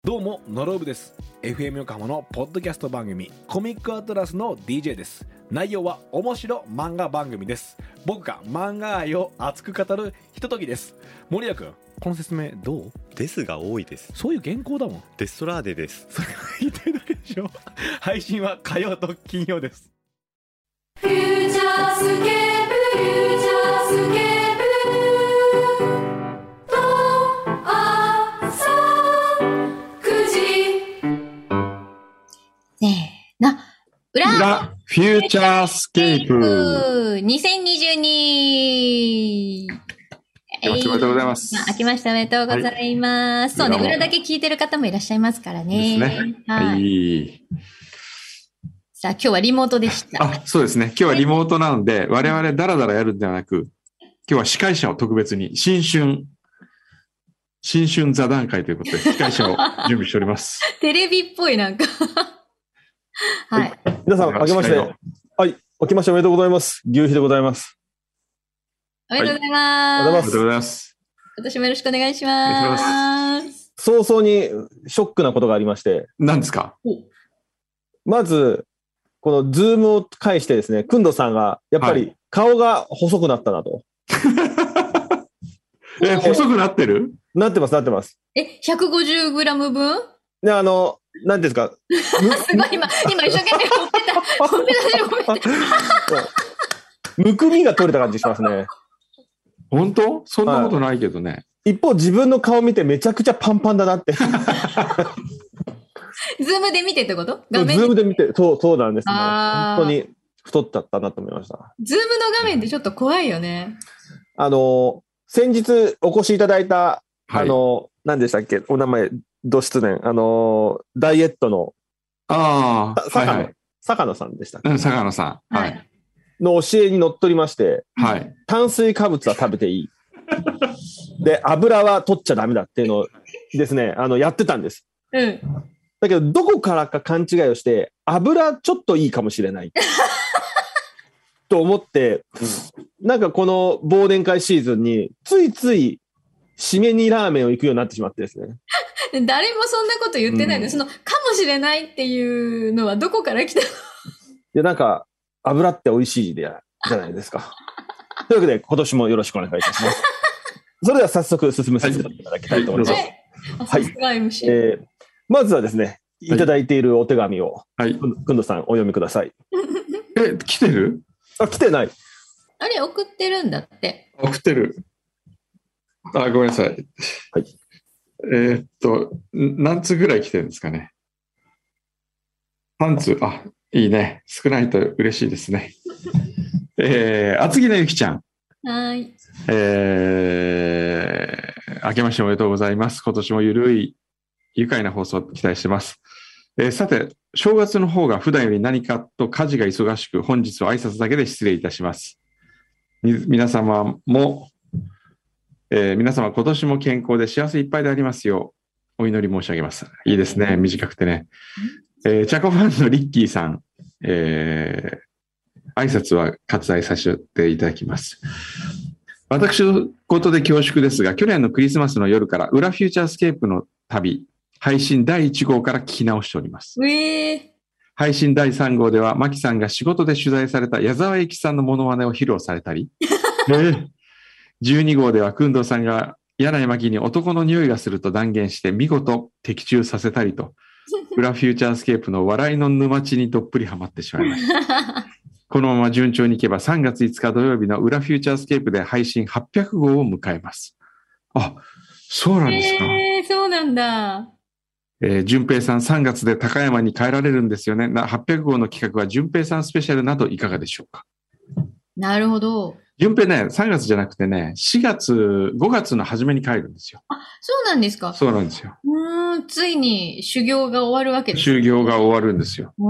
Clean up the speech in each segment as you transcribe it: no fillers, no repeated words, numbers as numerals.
どうもノロブです。 FM 横浜のポッドキャスト番組コミックアトラスの DJ です。内容は面白漫画番組です。僕が漫画愛を熱く語るひとときです。森谷君、この説明どう？ ですが多いです。 そういう原稿だもん。 デストラーデです。 それが言ってるだけでしょ。配信は火曜と金曜です。 フューチャースケープ、フューチャースケープと朝9時せーの、裏フューチャースケープ。 2022。 明けましておめでとうございます。 明けましておめでとうございます。そうね、裏だけ聞いてる方もいらっしゃいますからね。 ですね。はい。 さあ、今日はリモートでした。 あ、そうですね。今日はリモートなので、我々ダラダラやるんではなく、今日は司会者を特別に、新春座談会ということで、司会者を準備しております。 テレビっぽいなんか。はい。 皆さん、明けまして、はい、明けましておめでとうございます。牛皮でございます。 おめでとうございます。 おめでとうございます。 今年もよろしくお願いします。 早々にショックなことがありまして。 何ですか？ まず、このズームを介してですね、くんどさんが、やっぱり顔が細くなったなと。 細くなってる？ なってます、なってます。 150グラム分？ で、なんですか。 すごい、今一生懸命ほっぺた。 むくみが取れた感じしますね。 本当？そんなことないけどね。 一方、自分の顔見てめちゃくちゃパンパンだなって。 ズームで見てってこと？ ズームで見て、そうなんですね。本当に太っちゃったなと思いました。 ズームの画面ってちょっと怖いよね。 先日お越しいただいた、 はい、 何でしたっけ？お名前、ど失念。ダイエットの、坂野さんでしたっけ？ 坂野さん。はい。 の教えにのっとりまして、 はい。 炭水化物は食べていい。で、油は取っちゃダメだっていうのをですね、やってたんです。 うん。 だけど、どこからか勘違いをして、油ちょっといいかもしれない。と思って、なんかこの忘年会シーズンに、ついつい、締めにラーメンを行くようになってしまってですね。 誰もそんなこと言ってないの、その、かもしれないっていうのはどこから来たの？いや、なんか、油って美味しいじゃないですか。というわけで、今年もよろしくお願いいたします。それでは早速進めさせていただきたいと思います。 はい。 まずはですね、いただいているお手紙を、くんどさんお読みください。 来てる？ 来てない。 あれ、送ってるんだって。 送ってる。ごめんなさい。 はい。 何通ぐらい来てるんですかね。3通。いいね。少ないと嬉しいですね。厚木のゆきちゃん。 はい。 明けましておめでとうございます。今年も愉快な放送を期待してます。さて、正月の方が普段より何かと家事が忙しく、本日は挨拶だけで失礼いたします。皆様今年も健康で幸せいっぱいでありますよう、お祈り申し上げます。いいですね。短くてね。チャコファンのリッキーさん、挨拶は割愛させていただきます。私のことで恐縮ですが、去年のクリスマスの夜から裏フューチャースケープの旅、配信第1号から聞き直しております。配信第3号では、マキさんが仕事で取材された矢沢永吉さんのモノマネを披露されたり、12号では、工藤さんが柳井真紀に男の匂いがすると断言して見事的中させたりと、裏フューチャースケープの笑いの沼地にどっぷりハマってしまいました。このまま順調にいけば3月5日土曜日の裏フューチャースケープで配信800号を迎えます。そうなんですか。 そうなんだ。 順平さん3月で高山に帰られるんですよね。800号の企画は順平さんスペシャルなどいかがでしょうか。 なるほど。 順平ね、3月じゃなくてね、5月の初めに帰るんですよ。 そうなんですか。 そうなんですよ。 ついに修行が終わるわけですね。 修行が終わるんですよ。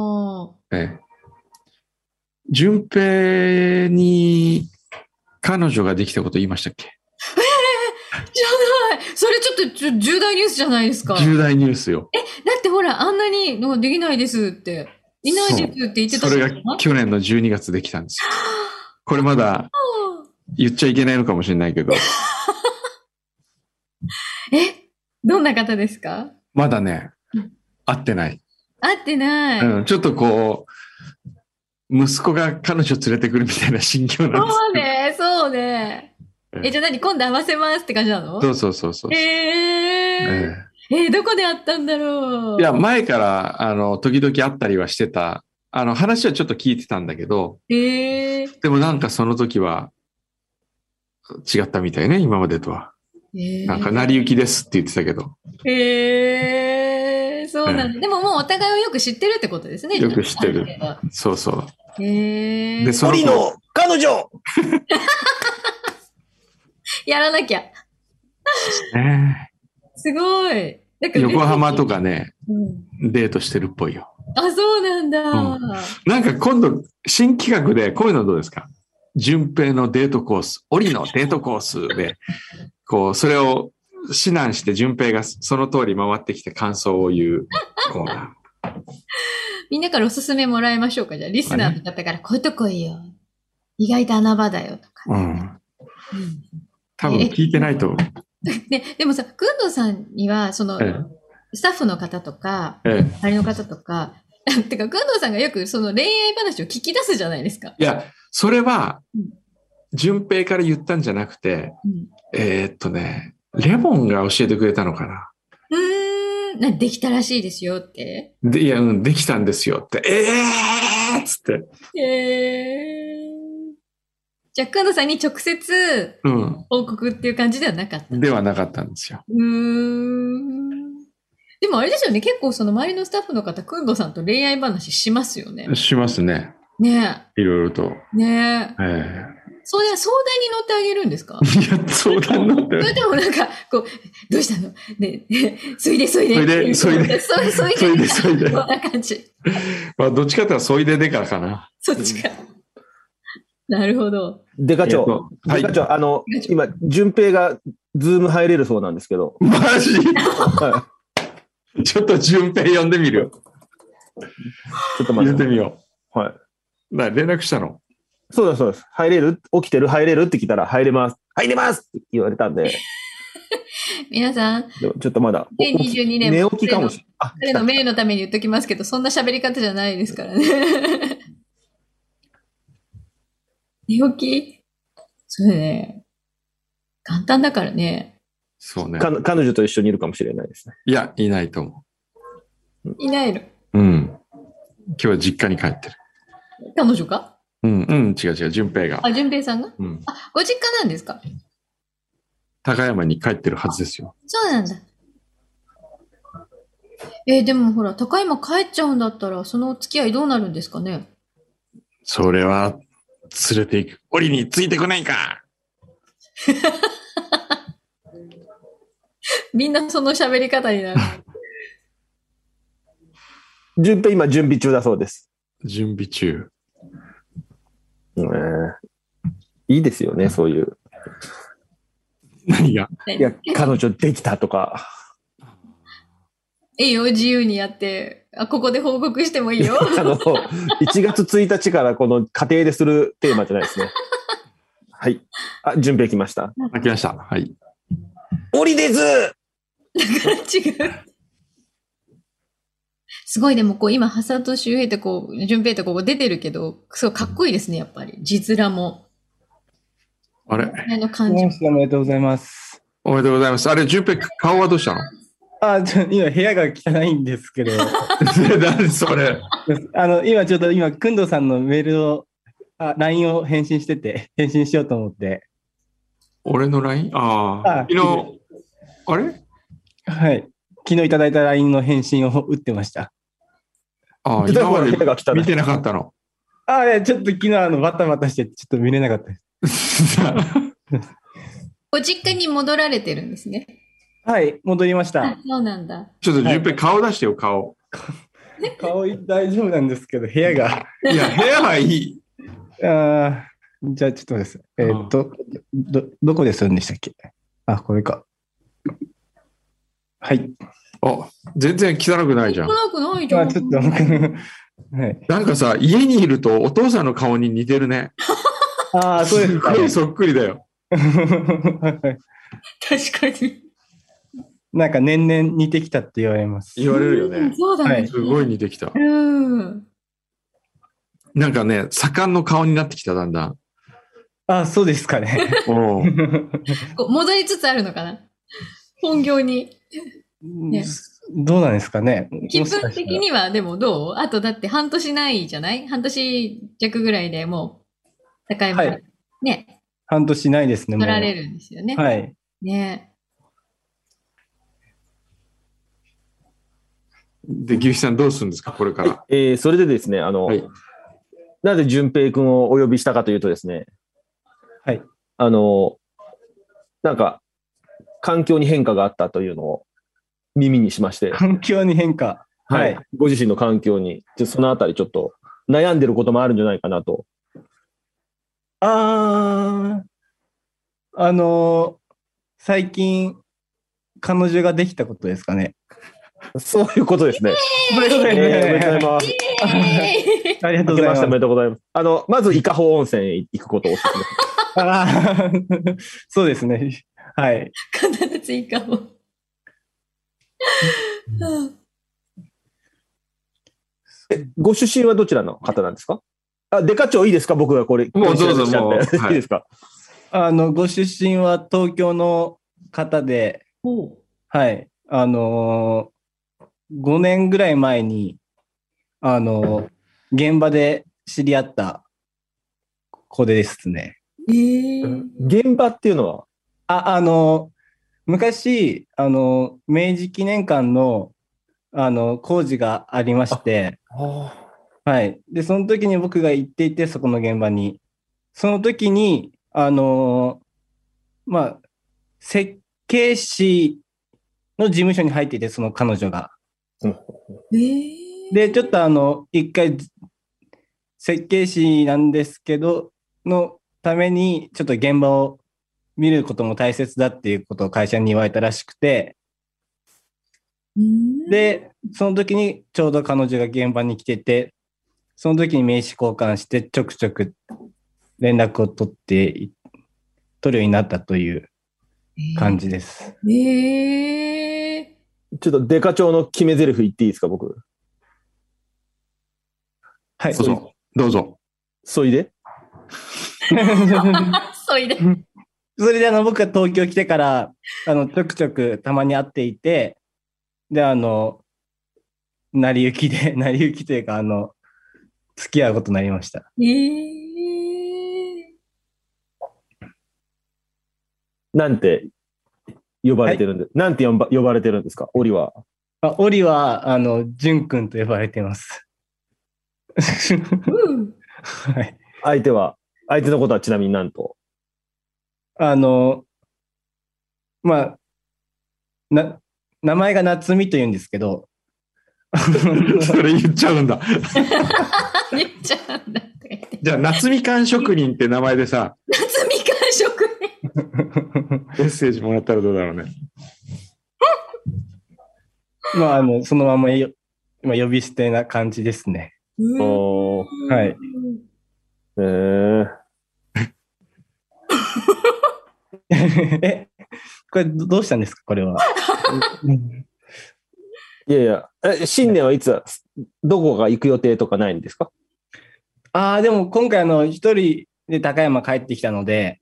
順平に彼女ができたこと言いましたっけ？ じゃない。それちょっと重大ニュースじゃないですか。 重大ニュースよ。 だってほら、あんなにできないですって。いないですって言ってた。 それが去年の12月できたんですよ。これまだ言っちゃいけないのかもしれないけど。 どんな方ですか？ まだねうん、 会ってない。 会ってない。 うん、ちょっとこう、息子が彼女連れてくるみたいな心境なんですそうね、そうね。じゃあ何今度会わせますって感じなの？ そうそうそうそう。えどこで会ったんだろう。 いや、前から、時々会ったりはしてた。話はちょっと聞いてたんだけど、でもなんかその時は、違ったみたいね、今までとは。なんか、成り行きですって言ってたけど。 そうなんだ。でももうお互いをよく知ってるってことですね。 よく知ってるあ程度。 そうそう。 で、 で、その鳥の彼女やらなきゃ。 ね、 すごい。 横浜とかね、 うん。 デートしてるっぽいよ。 あ、そうなんだ。 なんか今度、新企画で、こういうのどうですか？順平のデートコース、檻のデートコースで、こう、それを指南して順平がその通り回ってきて感想を言うコーナー。 みんなからおすすめもらいましょうか。じゃあ、リスナーの方から、こういうとこいいよ。意外と穴場だよとか。 うん。多分聞いてないと思う。 ね、でもさ、くんどうさんには、その、 えスタッフの方とか、 え周りの方とか、てか、くんどうさんがよくその恋愛話を聞き出すじゃないですか。 いや、それはうん、 順平から言ったんじゃなくて、 うんレモンが教えてくれたのかな。 できたらしいですよって。 で、いや、できたんですよって。っつって。 じゃあ、くんどうさんに直接うん。 報告っていう感じではなかった。 ではなかったんですよ。 でもあれですよね、結構その周りのスタッフの方、くんどうさんと恋愛話しますよね。 しますね。 ねいろいろと。 え。ねえ。 え相談に乗ってあげるんですか？ いや、相談乗ってそれともなんか、こう、どうしたのね、そいで。 そいでそいで。 そいでこんな感じ。 まあ、どっちかというと、そいでかかな。 そっちか。なるほど。 デカ長。 はいデカ長、今、順平がズーム入れるそうなんですけど。 マジはちょっと順平呼んでみるよ。 い。ちょっと待って。 呼んでみよはい。 う。連絡したの？ そうです、そうです。入れる？起きてる？入れるって聞いたら、入れます。入れますって言われたんで、 皆さん、 でもちょっとまだ。 2022年寝起きかもしれない。 彼の名のために言っときますけど、そんな喋り方じゃないですからね。寝起きそれね、簡単だからね。 そうね。 彼女と一緒にいるかもしれないですね。 いや、いないと思いないの。 う。うん。今日は実家に帰ってる。 彼女か？ 違う、順平が。 あ、淳平さんが？ うん。 ご実家なんですか？ 高山に帰ってるはずですよ。 そうなんだ。でもほら、高山帰っちゃうんだったら、そのお付き合いどうなるんですかね？ それは、連れて行く。檻についてこないか。 みんなその喋り方になる。 順平今準備中だそうです。 準備中。 いいですよね、そういう。 何が？ いや、彼女できたとか。 いいよ、自由にやって。ここで報告してもいいよ。 1月1日からこの家庭でするテーマじゃないですね。はい。準備来ました。 来ました。はい。 オリです違う。すごい、でもこう、今、ハサと周平ってこう、順平ってここ出てるけど、すごいかっこいいですね、やっぱり。字面も。 あれの感じ。 おめでとうございます。 おめでとうございます。あれ、順平、顔はどうしたの？ 今部屋が汚いんですけど、 何それ？ 今、くんどうさんのメールを、LINE を返信してて、返信しようと思って。 俺の LINE？ 昨日、あれ？ はい。昨日いただいた LINE の返信を打ってました。 今まで見てなかったの。 ちょっと昨日バタバタしてちょっと見れなかったです。 ご実家に戻られてるんですね。 はい、戻りました。 そうなんだ。 ちょっと順平、顔出してよ、顔。 顔大丈夫なんですけど、部屋が。 いや、部屋はいい。 じゃあちょっとです。どこで住んでしたっけ？これか。はい。 全然汚くないじゃん。 汚くないじゃん。 ちょっと、はい。 なんかさ、家にいるとお父さんの顔に似てるね。 そうですか。 すごいそっくりだよ。 確かに。 なんか年々似てきたって言われます。 言われるよね。 そうだね。 はいすごい似てきた。 うん。 なんかね、盛んの顔になってきた、だんだん。 あ、そうですかね。 うん。 こう戻りつつあるのかな本業に。ねどうなんですかね。 気もしかしたら分的にはでもどうあとだって半年ないじゃない半年弱ぐらいでもう、高山、 はいね、 半年ないですね、もう。 取られるんですよね。 はい。 ね。 で、牛肥さんどうするんですか、これから。 それでですね、 はい。 なぜ淳平君をお呼びしたかというとですね、 はい。 なんか、環境に変化があったというのを耳にしまして、 環境に変化。はい。 ご自身の環境に、そのあたりちょっと悩んでることもあるんじゃないかなと。 最近、彼女ができたことですかね。 そういうことですね。 おめでとうございます。 おめでとうございます。 ありがとうございます明けましてお。めでとうございます。まず、伊香保温泉へ行くことをお勧めしあーそうですね。はい。 必ず追加を。 ご出身はどちらの方なんですか？デカ長いいですか？僕がこれ。 もうどうぞしちゃってもうはいいいですか？ ご出身は東京の方で、はい。5年ぐらい前に、現場で知り合った子ですね。 現場っていうのは、 昔、明治記念館の、工事がありまして、はい。で、その時に僕が行っていて、そこの現場に。その時に、設計士の事務所に入っていて、その彼女が。で、ちょっと一回、設計士なんですけど、のために、ちょっと現場を見ることも大切だっていうことを会社に言われたらしくて、で、その時にちょうど彼女が現場に来てて、その時に名刺交換してちょくちょく連絡を取るようになったという感じです。 ちょっとデカ長の決め台詞言っていいですか、僕。 はい。 どうぞ。どうぞ。 そいでそいで。 それで僕が東京来てから、ちょくちょくたまに会っていて、で、成り行きというか、付き合うことになりました。 なんて呼ばれてるんで、なんて呼ばれてるんですか、オリは。 オリは、淳君と呼ばれてます。はい。 相手のことはちなみになんと。 名前が夏美と言うんですけど。 それ言っちゃうんだ。 言っちゃうんだ。 じゃあ、夏みかん職人って名前でさ、 夏みかん職人。 メッセージもらったらどうだろうね。 そのまま今呼び捨てな感じですね。はい。これどうしたんですか、これは。 いやいや、新年はいつ、どこか行く予定とかないんですか？ でも今回一人で高山帰ってきたので、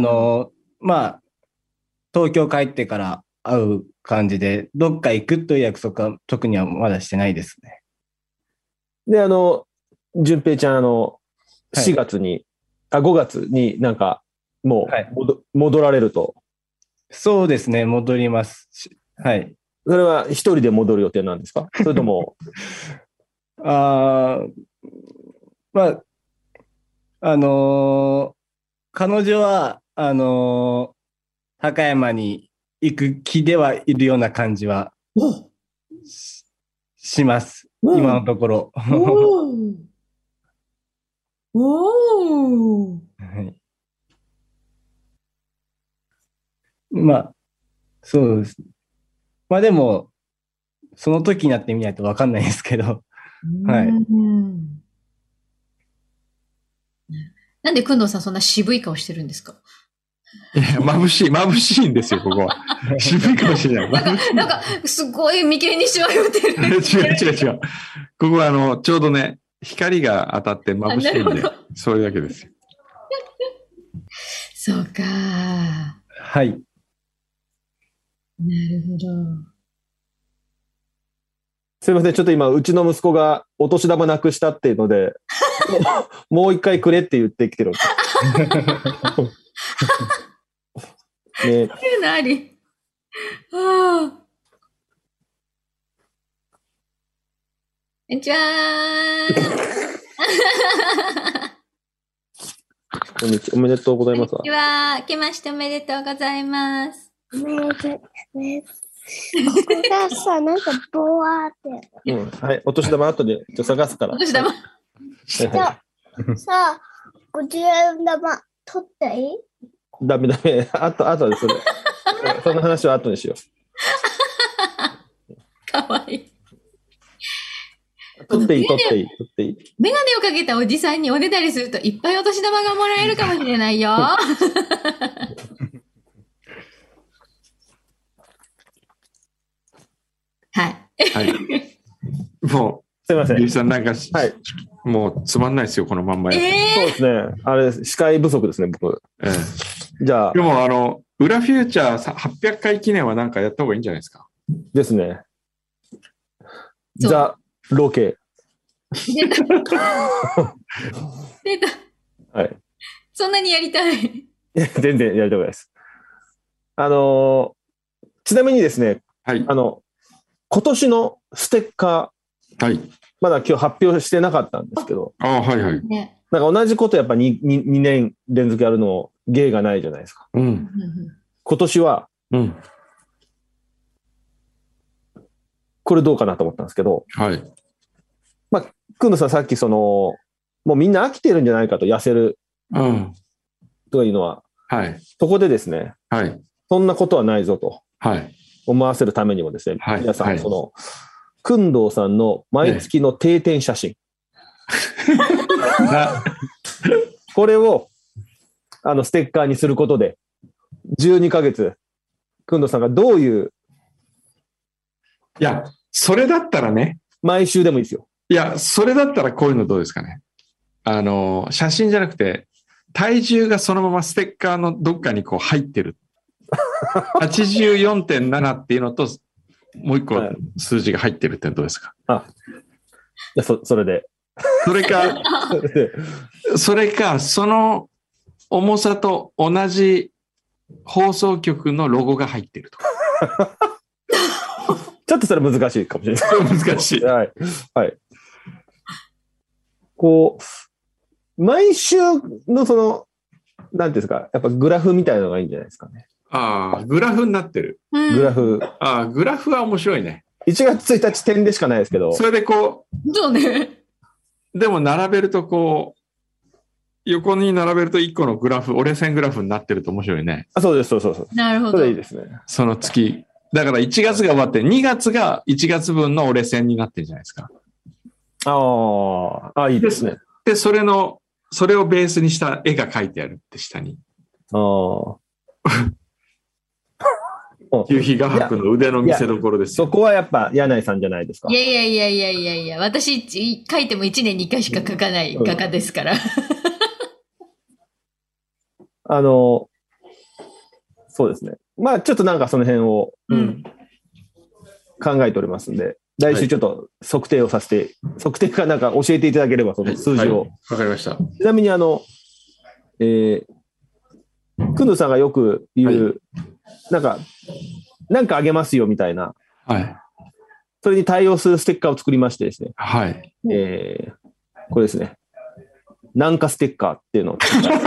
東京帰ってから会う感じで、どっか行くという約束は特にはまだしてないですね。 で、淳平ちゃん、4月に、5月になんか、もう、 はい、 戻られると。 そうですね、戻ります。はい。 それは一人で戻る予定なんですか？それとも。 彼女は、高山に行く気ではいるような感じはします。今のところ。はい、そうです。でも、その時になってみないと分かんないですけど。はい。 なんで、くんどうさんそんな渋い顔してるんですか？ いや、眩しいんですよ、ここは。渋いかもしれない。 なんか、すごい眉間にしわ寄ってる。 違う。ここはちょうどね、光が当たって眩しいんでなるほど、 それだけですよ。 そうか。なはい。 るほど。 すいません、ちょっと今、うちの息子がお年玉なくしたっていうので、もう一回くれって言ってきてるんです。ね、 そういうのあり。はあ。こんにちはこんにちは、おめでとうございますこんに。ちは。明けましておめでとうございます。 おめでとうね。ここがさ、なんかボワーって。 うん、はい、お年玉後で探すから。 お年玉。 はいはいさあ、50円玉取っていい？ ダメ。あとです。その話は後にしよかわいい。 う。取っていい。 メガネをかけたおじさんにおねだりするといっぱいお年玉がもらえるかもしれないよ。はい。 はい。もう、 すいません。 ゆうさんなんか、 はい。 もうつまんないですよ、このまんまやそうですね。あれ、視界不足ですね、僕。 ええじゃあで、も、裏フューチャー800回記念はなんかやった方がいいんじゃないですか。 ですね。 そうザ・ロケ。 出た。出た。 はい。 そんなにやりたい。 いや全然やりたくないです。ちなみにですね、 はい。 今年のステッカー、 はい。 まだ今日発表してなかったんですけど、 ああ、はいはい。 ね。 なんか同じことやっぱ 2年連続やるの芸がないじゃないですか。 うん。 今年は、 うん。 これどうかなと思ったんですけど、 はい。 くんのさんさっきもうみんな飽きてるんじゃないかと痩せるうん。 というのは、 はい。 そこでですね、 はい。 そんなことはないぞとはい。 思わせるためにもですね、 はい皆さん、 はいくんどうさんの毎月の定点写真、これを、ステッカーにすることで、12ヶ月、くんどうさんがどういう、 いや、それだったらね、 毎週でもいいですよ。 いや、それだったらこういうのどうですかね。写真じゃなくて、体重がそのままステッカーのどっかにこう入ってる。84.7 っていうのと、もう一個はい数字が入ってるってのはどうですか。 じゃあそれで。 それか、その重さと同じ放送局のロゴが入ってるとか。 ちょっとそれ難しいかもしれない。 難しい。 はい。はい。こう、毎週のなんていうんですか、やっぱグラフみたいなのがいいんじゃないですかね。 ああ、グラフになってる。 グラフ。 ああ、グラフは面白いね。 1月1日点でしかないですけど、 それでこそうね。 う、でも並べるとこう、横に並べると1個のグラフ、折れ線グラフになってると面白いね。 そうです、そう。 なるほど。 それいいですね。 その月。だから1月が終わって、2月が1月分の折れ線になってるじゃないですか。 いいですね。 で、それをベースにした絵が描いてあるって下に。夕日が白の腕の見せ所ですよ。 そこはやっぱ柳井さんじゃないですかい。や、私、書いても1年に1回しか書かない画家ですから。 そうですね。まあちょっとなんかその辺を考えておりますんで、来週ちょっと測定をさせて、測定かなんか教えていただければその数字を。 はいわかりました。 ちなみにくんどさんがよく言う、なんかあげますよみたいな、 はい。 それに対応するステッカーを作りましてですね、 はい。 これですね。なんかステッカーっていうのを。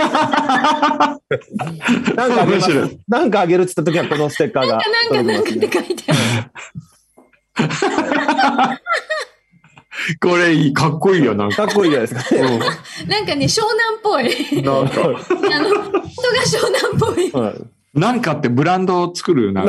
なんかあげます。なんかあげるって言った時はこのステッカーがなんかって書いてある。 これいい、かっこいいよ、なんか。 かっこいいじゃないですかね。 なんかね、湘南っぽい。 なんか、 人が湘南っぽい。 はいなんかってブランドを作るな。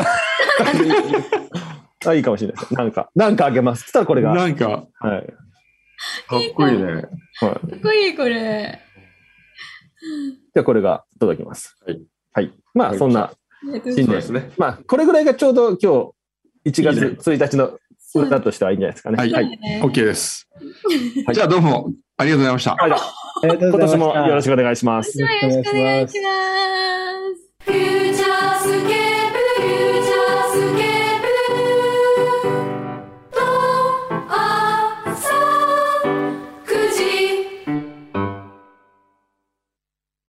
いいかもしれないです。なんかあげます。つったらこれが。 なんか、 はい。 かっこいいね。 はい。 かっこいい、これ。 じゃあこれが届きます。 はい。 はい。まあ、そんな新年そうですね。 まあ、これぐらいがちょうど今日、1月1日の歌としてはいいんじゃないですかね。 はいはい。 OK です。じゃあどうもありがとうございました。 はい、 ありがとう今年ございました。 もよろしくお願いします。 よろしくお願いします。 フュー